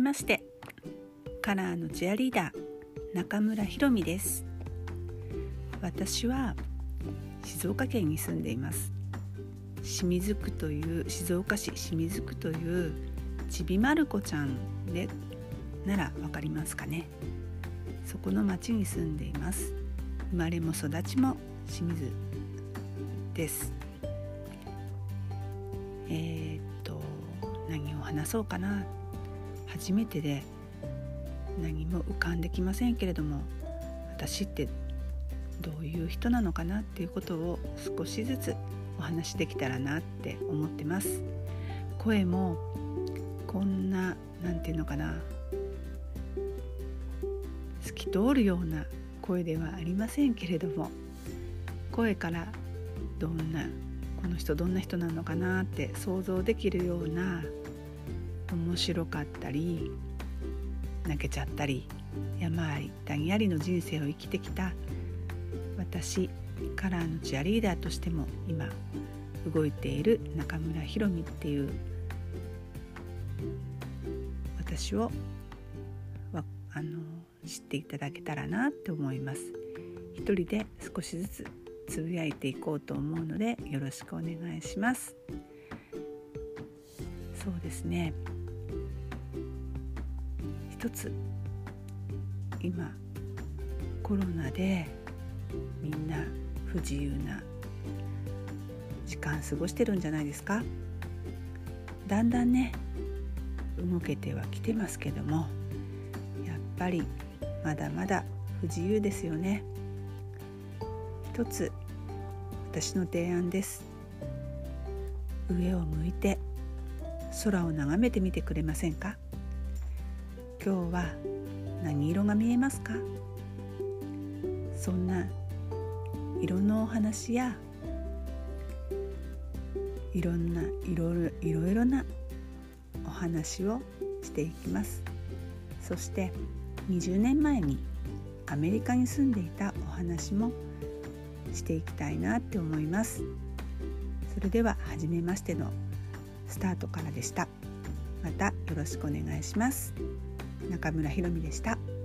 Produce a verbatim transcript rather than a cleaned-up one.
まして、カラーのチアリーダー中村ひろみです。私は静岡県に住んでいます。清水区という静岡市清水区というちびまる子ちゃんでならわかりますかね。そこの町に住んでいます。生まれも育ちも清水です。えー、っと何を話そうかな。初めてで何も浮かんできませんけれども、私ってどういう人なのかなっていうことを少しずつお話できたらなって思ってます。声もこんななんていうのかな、透き通るような声ではありませんけれども、声からどんなこの人どんな人なのかなって想像できるような、面白かったり泣けちゃったり山あり谷ありの人生を生きてきた私、カラーのチアリーダーとしても今動いている中村ひろみっていう私をあの知っていただけたらなって思います。一人で少しずつつぶやいていこうと思うのでよろしくお願いします。そうですね、一つ今コロナでみんな不自由な時間過ごしてるんじゃないですか。だんだんね動けてはきてますけども、やっぱりまだまだ不自由ですよね。一つ私の提案です。上を向いて空を眺めてみてくれませんか。今日は何色が見えますか。そんな色のお話やいろんないろいろいろいろなお話をしていきます。そしてにじゅうねんまえにアメリカに住んでいたお話もしていきたいなって思います。それでは初めましてのスタートからでした。またよろしくお願いします。中村ひろみでした。